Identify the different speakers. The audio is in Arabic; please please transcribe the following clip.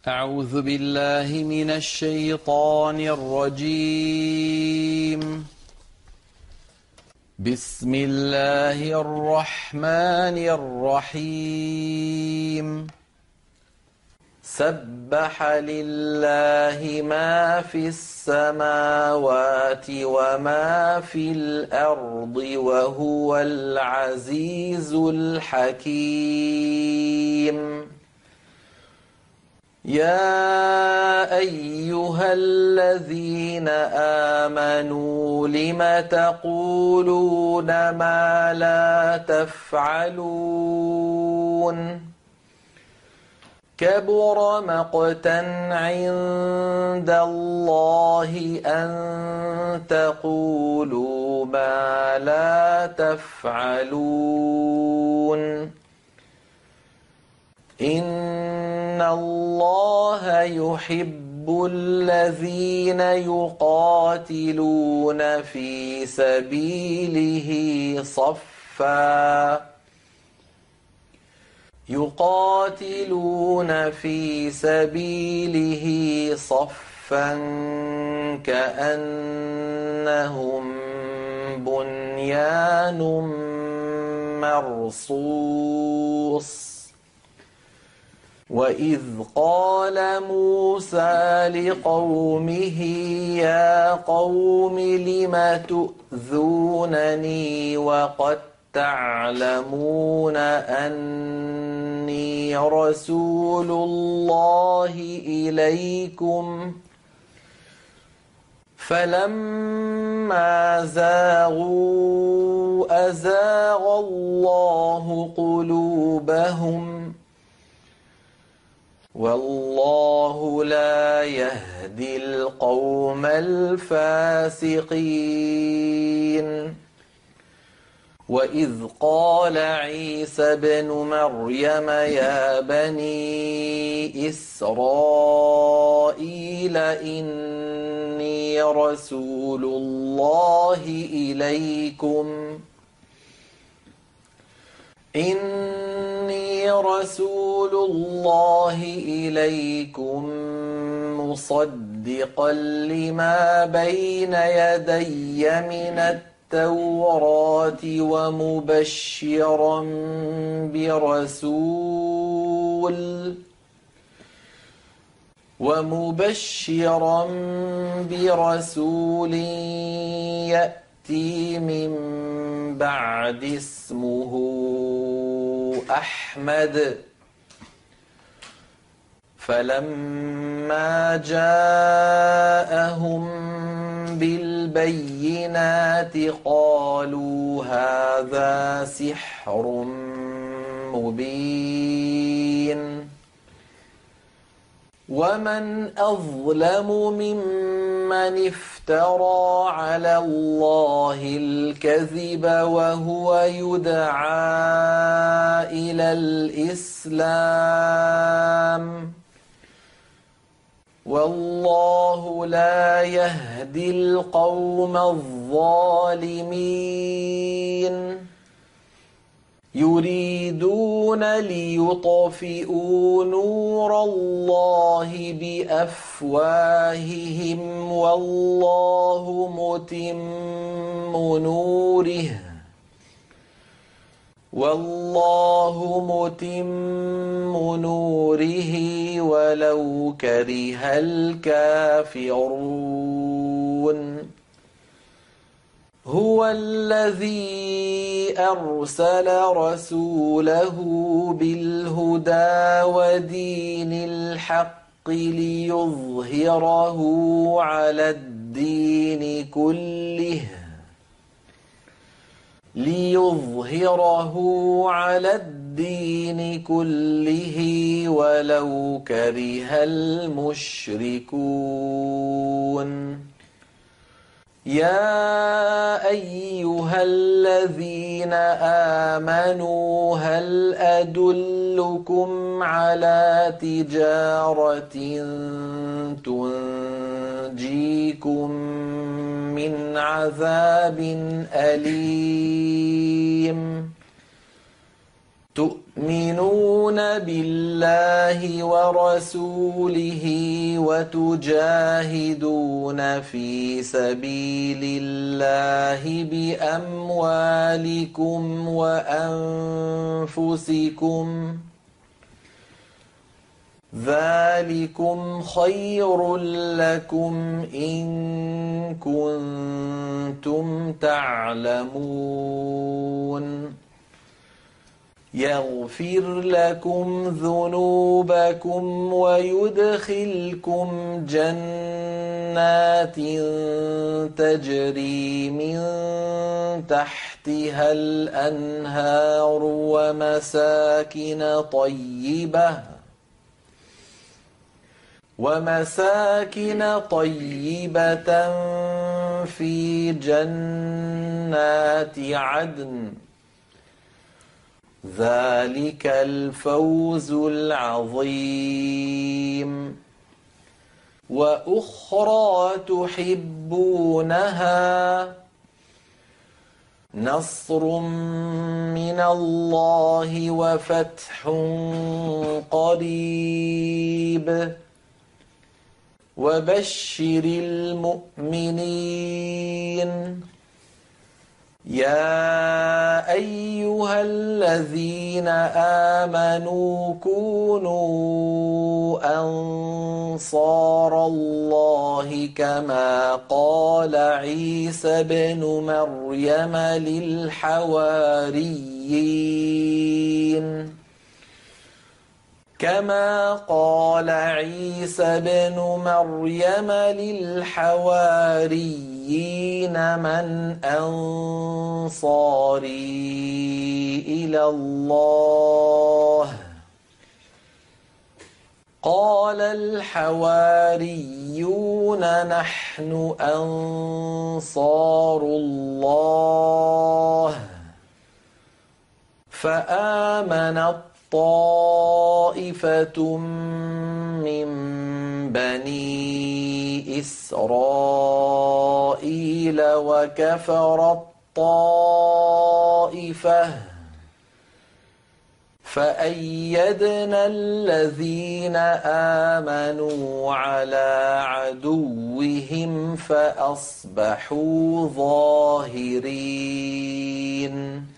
Speaker 1: أعوذ بالله من الشيطان الرجيم. بسم الله الرحمن الرحيم. سبح لله ما في السماوات وما في الأرض وهو العزيز الحكيم. يا أيها الذين آمنوا لم تقولون ما لا تفعلون؟ كبر مقتا عند الله أن تقولوا ما لا تفعلون. إن الله يحب الذين يقاتلون في سبيله صفا كأنهم بنيان مرصوص. وإذ قال موسى لقومه يا قوم لم تؤذونني وقد تعلمون أني رسول الله إليكم فلما زاغوا أزاغ الله قلوبهم والله لا يهدي القوم الفاسقين. وإذ قال عيسى ابن مريم يا بني إسرائيل إني رسول الله إليكم مصدقا لما بين يدي من التوراة ومبشرا برسول يأتي من بعد اسمه أحمد. فلما جاءهم بالبينات قالوا هذا سحر مبين. ومن أظلم ممن افترى على الله الكذب وهو يدعى إلى الإسلام والله لا يهدي القوم الظالمين. يريدون ليطفئوا نور الله بأفواههم والله متم نوره ولو كره الكافرون. هو الذي أرسل رسوله بالهدى ودين الحق ليظهره على الدين كله ولو كره المشركون. يا أيها الذين آمنوا هل أدلكم على تجارة تنجيكم من عذاب أليم تؤمنون بالله ورسوله وتجاهدون في سبيل الله بأموالكم وأنفسكم ذلكم خير لكم إن كنتم تعلمون يغفر لكم ذنوبكم ويدخلكم جنات تجري من تحتها الأنهار ومساكن طيبة في جنات عدن ذلك الفوز العظيم وأخرى تحبونها نصر من الله وفتح قريب وبشر المؤمنين يا أيها الذين آمنوا كونوا أنصار الله كما قال عيسى ابن مريم للحواريين من أنصاري إلى الله قال الحواريون نحن أنصار الله فآمنت طائفة من بني إسرائيل وكفرت طائفة فأيدنا الذين آمنوا على عدوهم فأصبحوا ظاهرين